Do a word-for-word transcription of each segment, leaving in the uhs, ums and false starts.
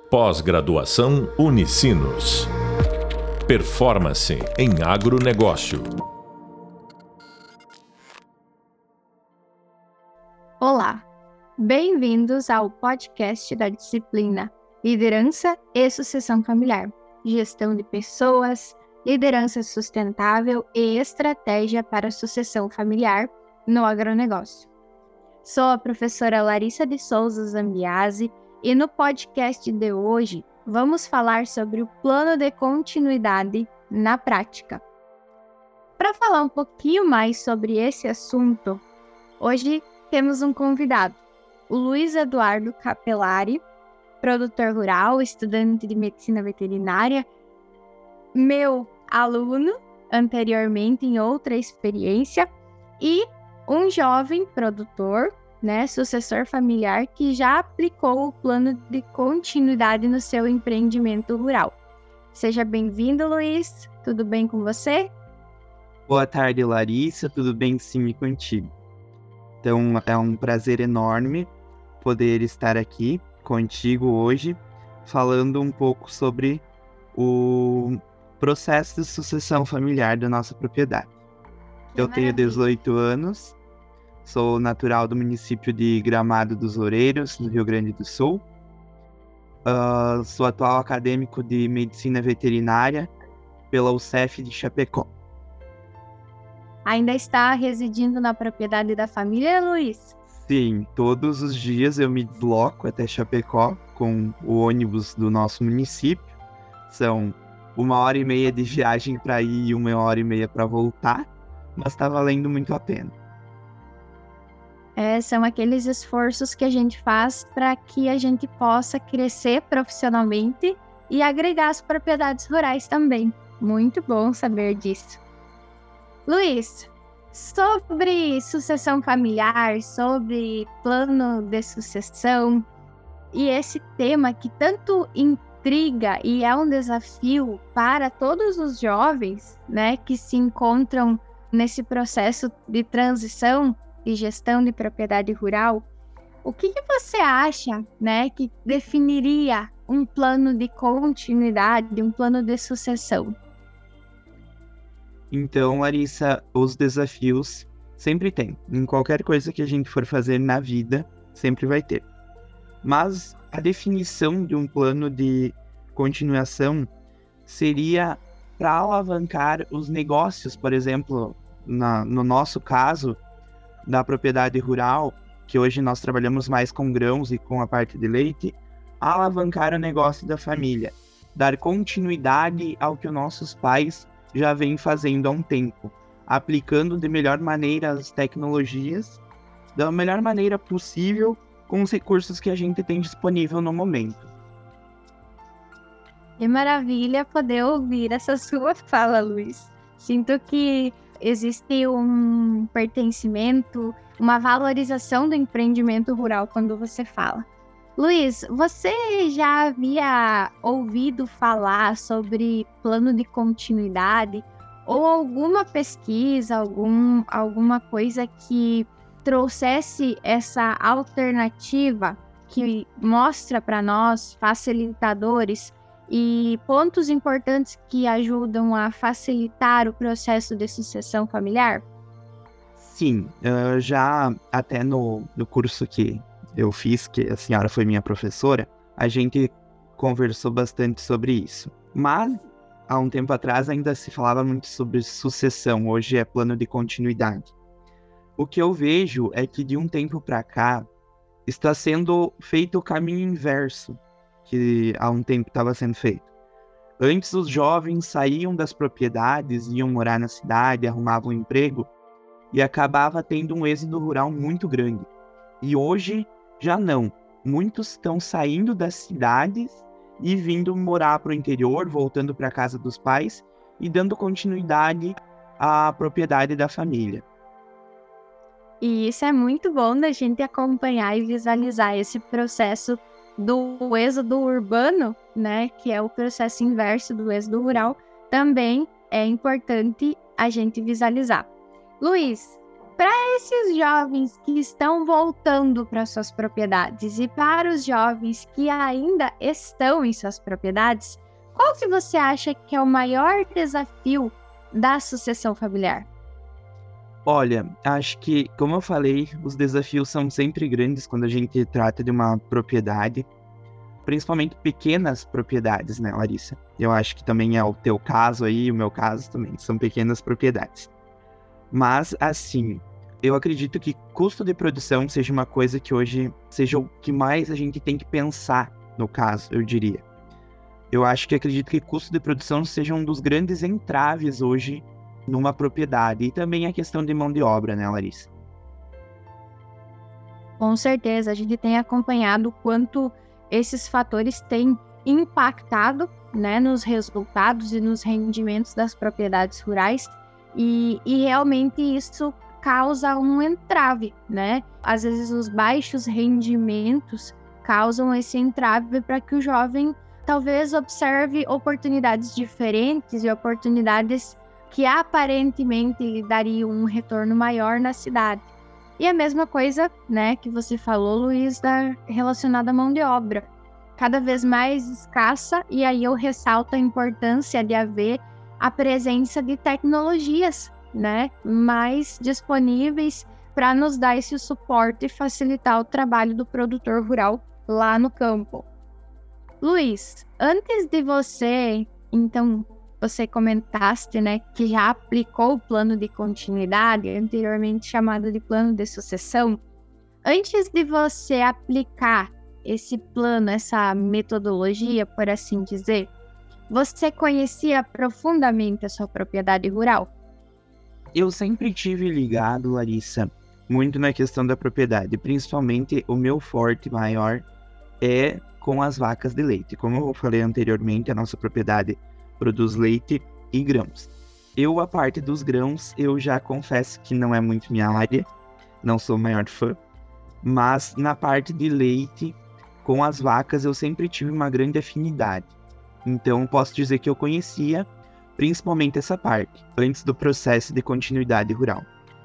Pós-graduação Unicinos. Performance em agronegócio. Olá, bem-vindos ao podcast da disciplina Liderança e Sucessão Familiar, Gestão de Pessoas, Liderança Sustentável e Estratégia para a Sucessão Familiar no Agronegócio. Sou a professora Larissa de Souza Zambiase e no podcast de hoje vamos falar sobre o plano de continuidade na prática. Para falar um pouquinho mais sobre esse assunto, hoje temos um convidado, o Luiz Eduardo Capelari, produtor rural, estudante de medicina veterinária, meu aluno anteriormente em outra experiência e um jovem produtor, né, sucessor familiar que já aplicou o plano de continuidade no seu empreendimento rural. Seja bem-vindo, Luiz. Tudo bem com você? Boa tarde, Larissa. Tudo bem sim e contigo? Então, é um prazer enorme poder estar aqui contigo hoje, falando um pouco sobre o processo de sucessão familiar da nossa propriedade. Que Eu maravilha. tenho dezoito anos, sou natural do município de Gramado dos Oureiros, no Rio Grande do Sul. Uh, sou atual acadêmico de medicina veterinária pela U C E F de Chapecó. Ainda está residindo na propriedade da família, Luiz? Sim, todos os dias eu me desloco até Chapecó com o ônibus do nosso município. São uma hora e meia de viagem para ir e uma hora e meia para voltar, mas está valendo muito a pena. É, são aqueles esforços que a gente faz para que a gente possa crescer profissionalmente e agregar as propriedades rurais também. Muito bom saber disso. Luiz, sobre sucessão familiar, sobre plano de sucessão e esse tema que tanto intriga e é um desafio para todos os jovens, né, que se encontram nesse processo de transição e gestão de propriedade rural, o que, que você acha, né, que definiria um plano de continuidade, um plano de sucessão? Então, Larissa, os desafios sempre tem. Em qualquer coisa que a gente for fazer na vida, sempre vai ter. Mas a definição de um plano de continuação seria para alavancar os negócios, por exemplo, na, no nosso caso, da propriedade rural, que hoje nós trabalhamos mais com grãos e com a parte de leite, alavancar o negócio da família, dar continuidade ao que os nossos pais já vêm fazendo há um tempo, aplicando de melhor maneira as tecnologias, da melhor maneira possível, com os recursos que a gente tem disponível no momento. Que maravilha poder ouvir essa sua fala, Luiz. Sinto que existe um pertencimento, uma valorização do empreendimento rural quando você fala. Luiz, você já havia ouvido falar sobre plano de continuidade ou alguma pesquisa, algum, alguma coisa que trouxesse essa alternativa que mostra para nós, facilitadores, e pontos importantes que ajudam a facilitar o processo de sucessão familiar? Sim, uh, já até no, no curso que eu fiz, que a senhora foi minha professora, a gente conversou bastante sobre isso. Mas, há um tempo atrás, ainda se falava muito sobre sucessão, hoje é plano de continuidade. O que eu vejo é que de um tempo para cá, está sendo feito o caminho inverso que há um tempo estava sendo feito. Antes, os jovens saíam das propriedades, iam morar na cidade, arrumavam um emprego e acabava tendo um êxodo rural muito grande. E hoje, já não. Muitos estão saindo das cidades e vindo morar para o interior, voltando para a casa dos pais e dando continuidade à propriedade da família. E isso é muito bom da gente acompanhar e visualizar esse processo do êxodo urbano, né, que é o processo inverso do êxodo rural, também é importante a gente visualizar. Luiz, para esses jovens que estão voltando para suas propriedades e para os jovens que ainda estão em suas propriedades, qual que você acha que é o maior desafio da sucessão familiar? Olha, acho que, como eu falei, os desafios são sempre grandes quando a gente trata de uma propriedade, principalmente pequenas propriedades, né, Larissa? Eu acho que também é o teu caso aí, o meu caso também, são pequenas propriedades. Mas, assim, eu acredito que custo de produção seja uma coisa que hoje seja o que mais a gente tem que pensar, no caso, eu diria. Eu acho que acredito que custo de produção seja um dos grandes entraves hoje numa propriedade. E também a questão de mão de obra, né, Larissa? Com certeza, a gente tem acompanhado o quanto esses fatores têm impactado, né, nos resultados e nos rendimentos das propriedades rurais. E, e realmente isso causa um entrave, né? Às vezes os baixos rendimentos causam esse entrave para que o jovem talvez observe oportunidades diferentes e oportunidades que aparentemente lhe dariam um retorno maior na cidade. E a mesma coisa, né, que você falou, Luiz, da, relacionada à mão de obra. Cada vez mais escassa, e aí eu ressalto a importância de haver a presença de tecnologias, né, mais disponíveis para nos dar esse suporte e facilitar o trabalho do produtor rural lá no campo. Luiz, antes de você, então, você comentaste, né, que já aplicou o plano de continuidade, anteriormente chamado de plano de sucessão. Antes de você aplicar esse plano, essa metodologia, por assim dizer, você conhecia profundamente a sua propriedade rural? Eu sempre tive ligado, Larissa, muito na questão da propriedade. Principalmente o meu forte maior é com as vacas de leite. Como eu falei anteriormente, a nossa propriedade produz leite e grãos. Eu, a parte dos grãos, eu já confesso que não é muito minha área, não sou o maior fã, mas na parte de leite, com as vacas, eu sempre tive uma grande afinidade. Então, posso dizer que eu conhecia principalmente essa parte, antes do processo de continuidade rural.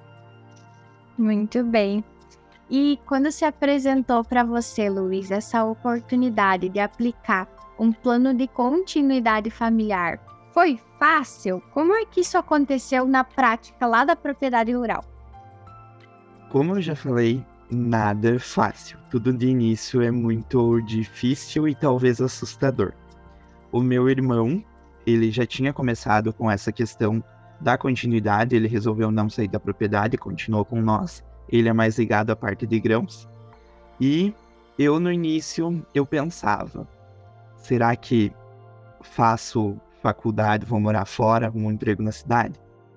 Muito bem. E quando se apresentou para você, Luiz, essa oportunidade de aplicar um plano de continuidade familiar, foi fácil? Como é que isso aconteceu na prática lá da propriedade rural? Como eu já falei, nada é fácil. Tudo de início é muito difícil e talvez assustador. O meu irmão, ele já tinha começado com essa questão da continuidade, ele resolveu não sair da propriedade, continuou com nós. Ele é mais ligado à parte de grãos. E eu, no início, eu pensava, será que faço faculdade, vou morar fora, arrumo um emprego na cidade?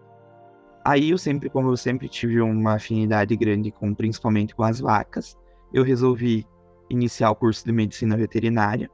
Aí eu sempre, como eu sempre tive uma afinidade grande com, principalmente com as vacas, eu resolvi iniciar o curso de medicina veterinária.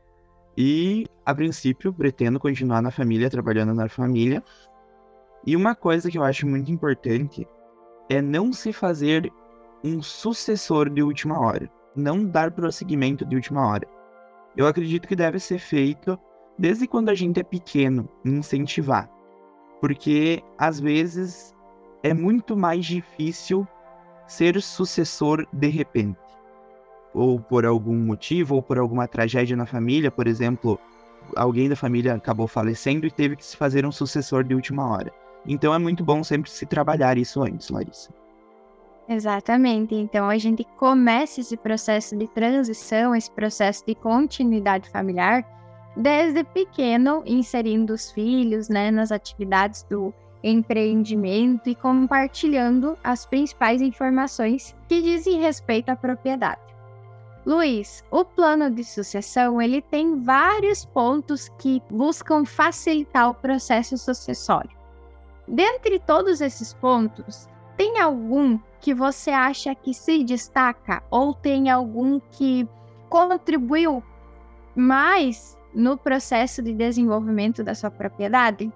E, a princípio, pretendo continuar na família, trabalhando na família. E uma coisa que eu acho muito importante é não se fazer um sucessor de última hora. Não dar prosseguimento de última hora. Eu acredito que deve ser feito desde quando a gente é pequeno, incentivar. Porque, às vezes, é muito mais difícil ser sucessor de repente. Ou por algum motivo, ou por alguma tragédia na família, por exemplo, alguém da família acabou falecendo e teve que se fazer um sucessor de última hora. Então é muito bom sempre se trabalhar isso antes, Larissa. Exatamente. Então a gente começa esse processo de transição, esse processo de continuidade familiar, desde pequeno, inserindo os filhos, né, nas atividades do empreendimento e compartilhando as principais informações que dizem respeito à propriedade. Luiz, o plano de sucessão, ele tem vários pontos que buscam facilitar o processo sucessório. Dentre todos esses pontos, tem algum que você acha que se destaca ou tem algum que contribuiu mais no processo de desenvolvimento da sua propriedade?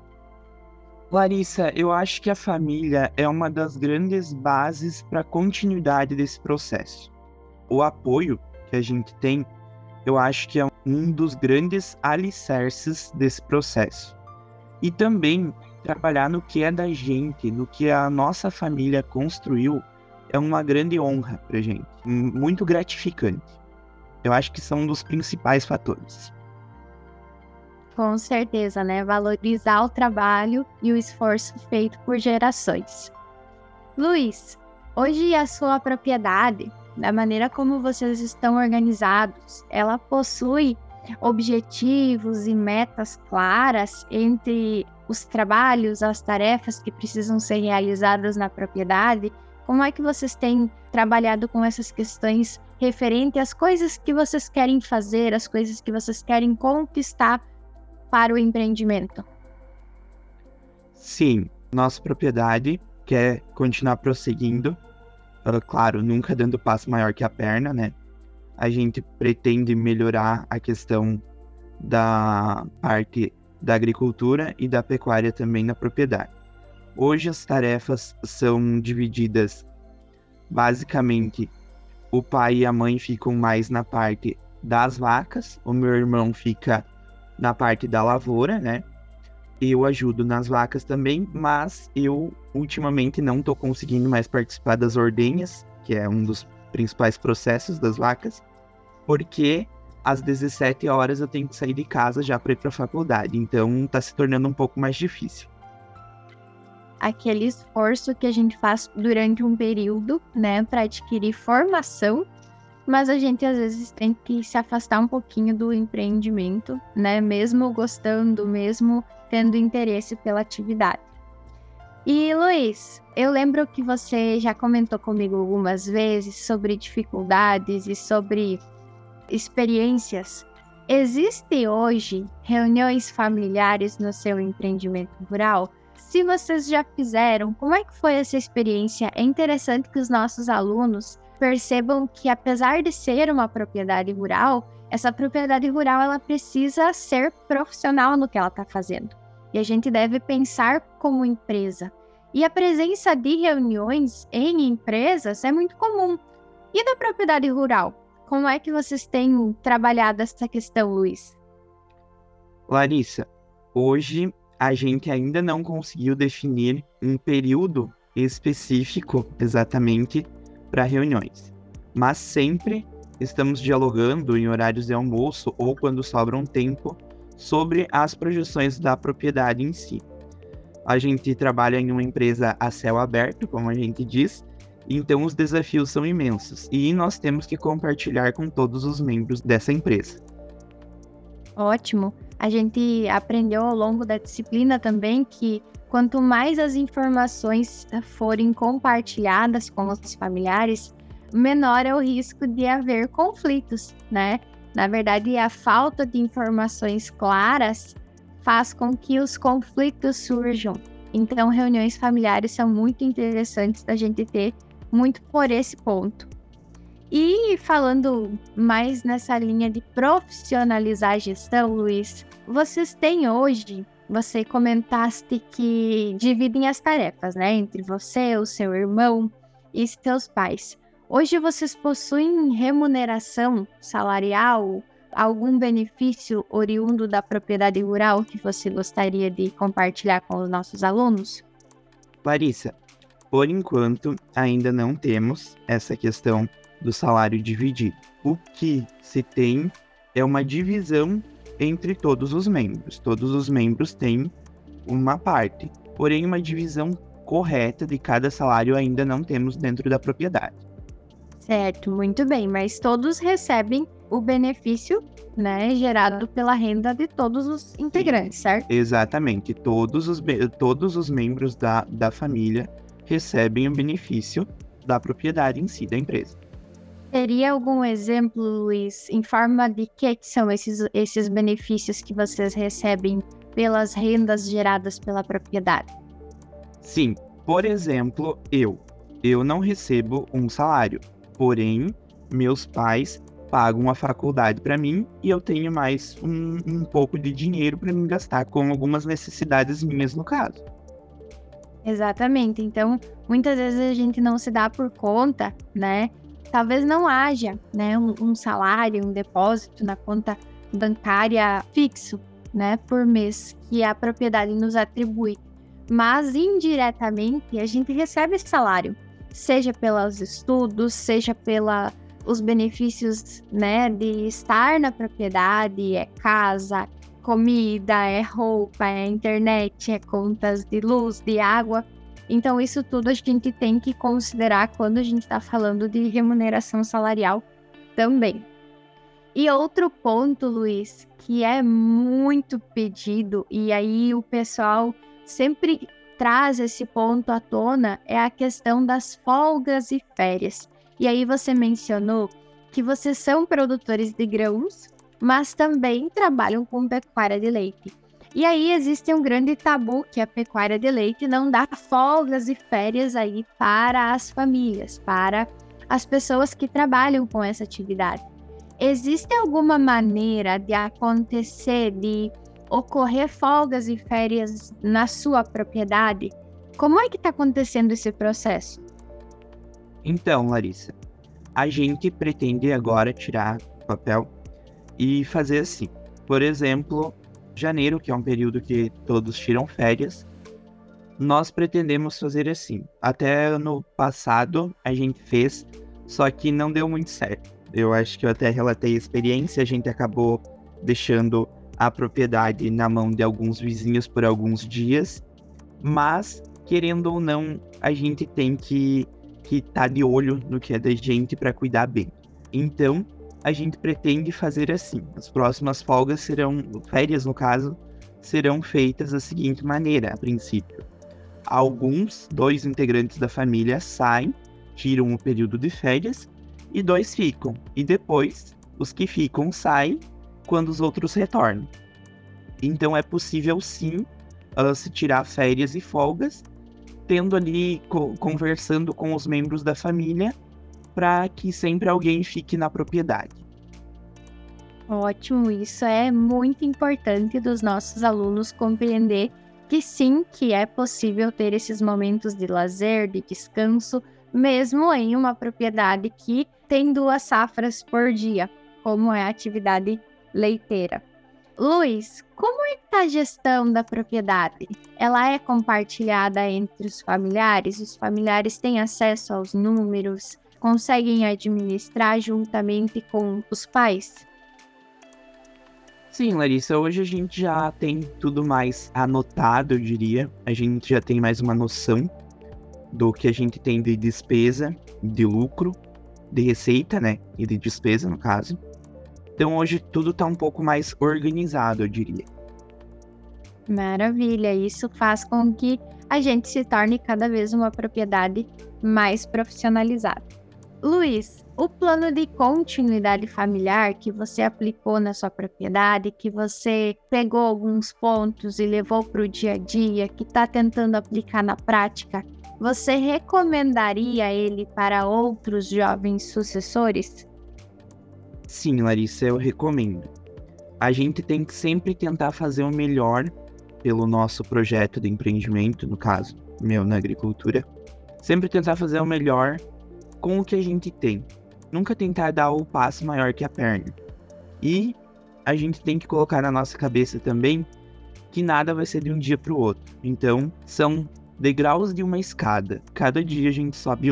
Larissa, eu acho que a família é uma das grandes bases para a continuidade desse processo. O apoio que a gente tem, eu acho que é um dos grandes alicerces desse processo. E também trabalhar no que é da gente, no que a nossa família construiu, é uma grande honra pra gente, muito gratificante. Eu acho que são um dos principais fatores. Com certeza, né? Valorizar o trabalho e o esforço feito por gerações. Luiz, hoje a sua propriedade, da maneira como vocês estão organizados, ela possui objetivos e metas claras entre os trabalhos, as tarefas que precisam ser realizadas na propriedade? Como é que vocês têm trabalhado com essas questões referentes às coisas que vocês querem fazer, as coisas que vocês querem conquistar para o empreendimento? Sim, nossa propriedade quer continuar prosseguindo, uh, claro, nunca dando passo maior que a perna, né? A gente pretende melhorar a questão da parte da agricultura e da pecuária também na propriedade. Hoje as tarefas são divididas, basicamente, o pai e a mãe ficam mais na parte das vacas, o meu irmão fica na parte da lavoura, né? Eu ajudo nas vacas também, mas eu ultimamente não estou conseguindo mais participar das ordenhas, que é um dos principais processos das vacas, porque às dezessete horas eu tenho que sair de casa já para ir para a faculdade, então está se tornando um pouco mais difícil. Aquele esforço que a gente faz durante um período, né, para adquirir formação, mas a gente às vezes tem que se afastar um pouquinho do empreendimento, né, mesmo gostando, mesmo tendo interesse pela atividade. E Luiz, eu lembro que você já comentou comigo algumas vezes sobre dificuldades e sobre experiências. Existem hoje reuniões familiares no seu empreendimento rural? Se vocês já fizeram, como é que foi essa experiência? É interessante que os nossos alunos percebam que, apesar de ser uma propriedade rural, essa propriedade rural ela precisa ser profissional no que ela está fazendo. E a gente deve pensar como empresa. E a presença de reuniões em empresas é muito comum. E da propriedade rural? Como é que vocês têm trabalhado essa questão, Luiz? Larissa, hoje a gente ainda não conseguiu definir um período específico exatamente para reuniões, mas sempre estamos dialogando em horários de almoço ou quando sobra um tempo sobre as projeções da propriedade em si. A gente trabalha em uma empresa a céu aberto, como a gente diz, então os desafios são imensos e nós temos que compartilhar com todos os membros dessa empresa. Ótimo! A gente aprendeu ao longo da disciplina também que quanto mais as informações forem compartilhadas com os familiares, menor é o risco de haver conflitos, né? Na verdade, a falta de informações claras faz com que os conflitos surjam. Então, reuniões familiares são muito interessantes da gente ter, muito por esse ponto. E falando mais nessa linha de profissionalizar a gestão, Luiz, vocês têm hoje, você comentaste que dividem as tarefas, né, entre você, o seu irmão e seus pais. Hoje vocês possuem remuneração salarial, algum benefício oriundo da propriedade rural que você gostaria de compartilhar com os nossos alunos? Larissa, por enquanto ainda não temos essa questão do salário dividido. O que se tem é uma divisão entre todos os membros. Todos os membros têm uma parte, porém uma divisão correta de cada salário ainda não temos dentro da propriedade. Certo, muito bem, mas todos recebem o benefício, né, gerado pela renda de todos os integrantes, certo? Exatamente, todos os, todos os membros da, da família recebem o benefício da propriedade em si, da empresa. Teria algum exemplo, Luiz, em forma de que são esses, esses benefícios que vocês recebem pelas rendas geradas pela propriedade? Sim, por exemplo, eu. Eu não recebo um salário, porém, meus pais pagam a faculdade para mim e eu tenho mais um, um pouco de dinheiro para me gastar com algumas necessidades minhas no caso. Exatamente, então, muitas vezes a gente não se dá por conta, né? Talvez não haja, né, um, um salário, um depósito na conta bancária fixo, né, por mês, que a propriedade nos atribui. mas indiretamente a gente recebe salário, seja pelos estudos, seja pelos benefícios, né, de estar na propriedade, é casa, comida, é roupa, é internet, é contas de luz, de água. Então, isso tudo a gente tem que considerar quando a gente está falando de remuneração salarial também. E outro ponto, Luiz, que é muito pedido, e aí o pessoal sempre traz esse ponto à tona, é a questão das folgas e férias. E aí você mencionou que vocês são produtores de grãos, mas também trabalham com pecuária de leite. E aí existe um grande tabu que a pecuária de leite não dá folgas e férias aí para as famílias, para as pessoas que trabalham com essa atividade. Existe alguma maneira de acontecer, de ocorrer folgas e férias na sua propriedade? Como é que está acontecendo esse processo? Então, Larissa, a gente pretende agora tirar o papel e fazer assim. Por exemplo, janeiro, que é um período que todos tiram férias, nós pretendemos fazer assim. Até ano passado a gente fez, só que não deu muito certo. Eu acho que eu até relatei a experiência, a gente acabou deixando a propriedade na mão de alguns vizinhos por alguns dias, mas, querendo ou não, a gente tem que que tá de olho no que é da gente para cuidar bem. Então, a gente pretende fazer assim. As próximas folgas serão, férias no caso, serão feitas da seguinte maneira, a princípio. Alguns, dois integrantes da família saem, tiram o período de férias, e dois ficam. E depois, os que ficam saem quando os outros retornam. Então é possível sim uh, se tirar férias e folgas, tendo ali, co- conversando com os membros da família, para que sempre alguém fique na propriedade. Ótimo, isso é muito importante dos nossos alunos compreender que sim, que é possível ter esses momentos de lazer, de descanso, mesmo em uma propriedade que tem duas safras por dia, como é a atividade leiteira. Luiz, como é que está a gestão da propriedade? Ela é compartilhada entre os familiares? Os familiares têm acesso aos números? Conseguem administrar juntamente com os pais? Sim, Larissa, hoje a gente já tem tudo mais anotado, eu diria. A gente já tem mais uma noção do que a gente tem de despesa, de lucro, de receita, né? E de despesa, no caso. Então hoje tudo está um pouco mais organizado, eu diria. Maravilha, isso faz com que a gente se torne cada vez uma propriedade mais profissionalizada. Luiz, o plano de continuidade familiar que você aplicou na sua propriedade, que você pegou alguns pontos e levou para o dia a dia, que está tentando aplicar na prática, você recomendaria ele para outros jovens sucessores? Sim, Larissa, eu recomendo. A gente tem que sempre tentar fazer o melhor pelo nosso projeto de empreendimento, no caso, meu, na agricultura. Sempre tentar fazer o melhor com o que a gente tem. Nunca tentar dar o passo maior que a perna. E a gente tem que colocar na nossa cabeça também que nada vai ser de um dia para o outro. Então, são degraus de uma escada. Cada dia a gente sobe um.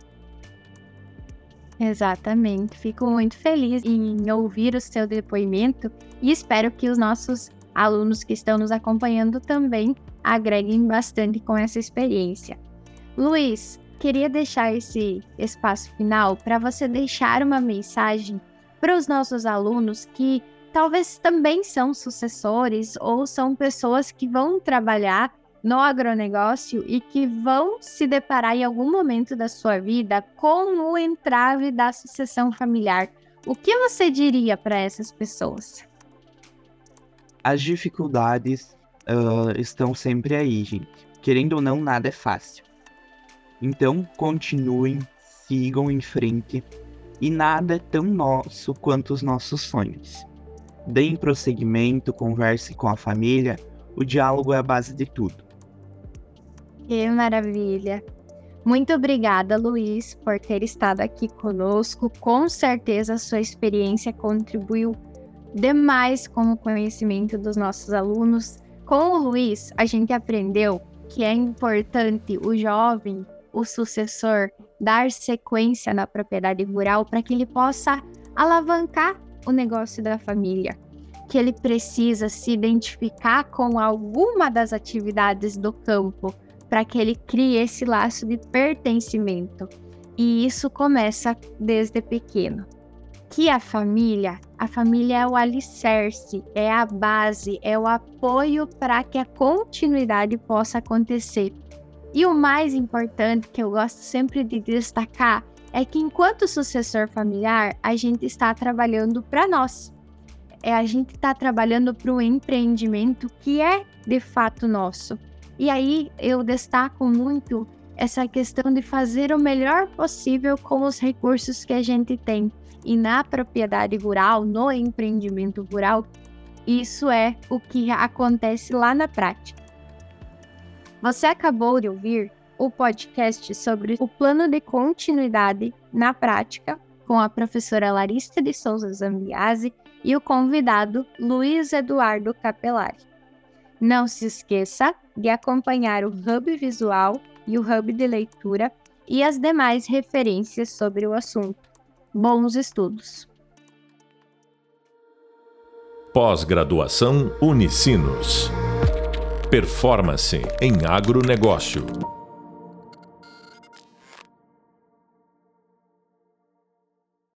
Exatamente. Fico muito feliz em ouvir o seu depoimento e espero que os nossos alunos que estão nos acompanhando também agreguem bastante com essa experiência. Luiz, queria deixar esse espaço final para você deixar uma mensagem para os nossos alunos que talvez também são sucessores ou são pessoas que vão trabalhar no agronegócio e que vão se deparar em algum momento da sua vida com o entrave da sucessão familiar. O que você diria para essas pessoas? As dificuldades uh, estão sempre aí, gente. Querendo ou não, nada é fácil. Então, continuem, sigam em frente. E nada é tão nosso quanto os nossos sonhos. Deem prosseguimento, converse com a família. O diálogo é a base de tudo. Que maravilha! Muito obrigada, Luiz, por ter estado aqui conosco. Com certeza a sua experiência contribuiu demais com o conhecimento dos nossos alunos. Com o Luiz, a gente aprendeu que é importante o jovem, o sucessor, dar sequência na propriedade rural para que ele possa alavancar o negócio da família, que ele precisa se identificar com alguma das atividades do campo para que ele crie esse laço de pertencimento. E isso começa desde pequeno. Que a família, a família é o alicerce, é a base, é o apoio para que a continuidade possa acontecer. E o mais importante, que eu gosto sempre de destacar, é que enquanto sucessor familiar, a gente está trabalhando para nós. É, a gente está trabalhando para um empreendimento que é de fato nosso. E aí eu destaco muito essa questão de fazer o melhor possível com os recursos que a gente tem. E na propriedade rural, no empreendimento rural, isso é o que acontece lá na prática. Você acabou de ouvir o podcast sobre o plano de continuidade na prática com a professora Larissa de Souza Zambiase e o convidado Luiz Eduardo Capelari. Não se esqueça de acompanhar o Hub Visual e o Hub de Leitura e as demais referências sobre o assunto. Bons estudos! Pós-graduação Unicinos. Performance em agronegócio.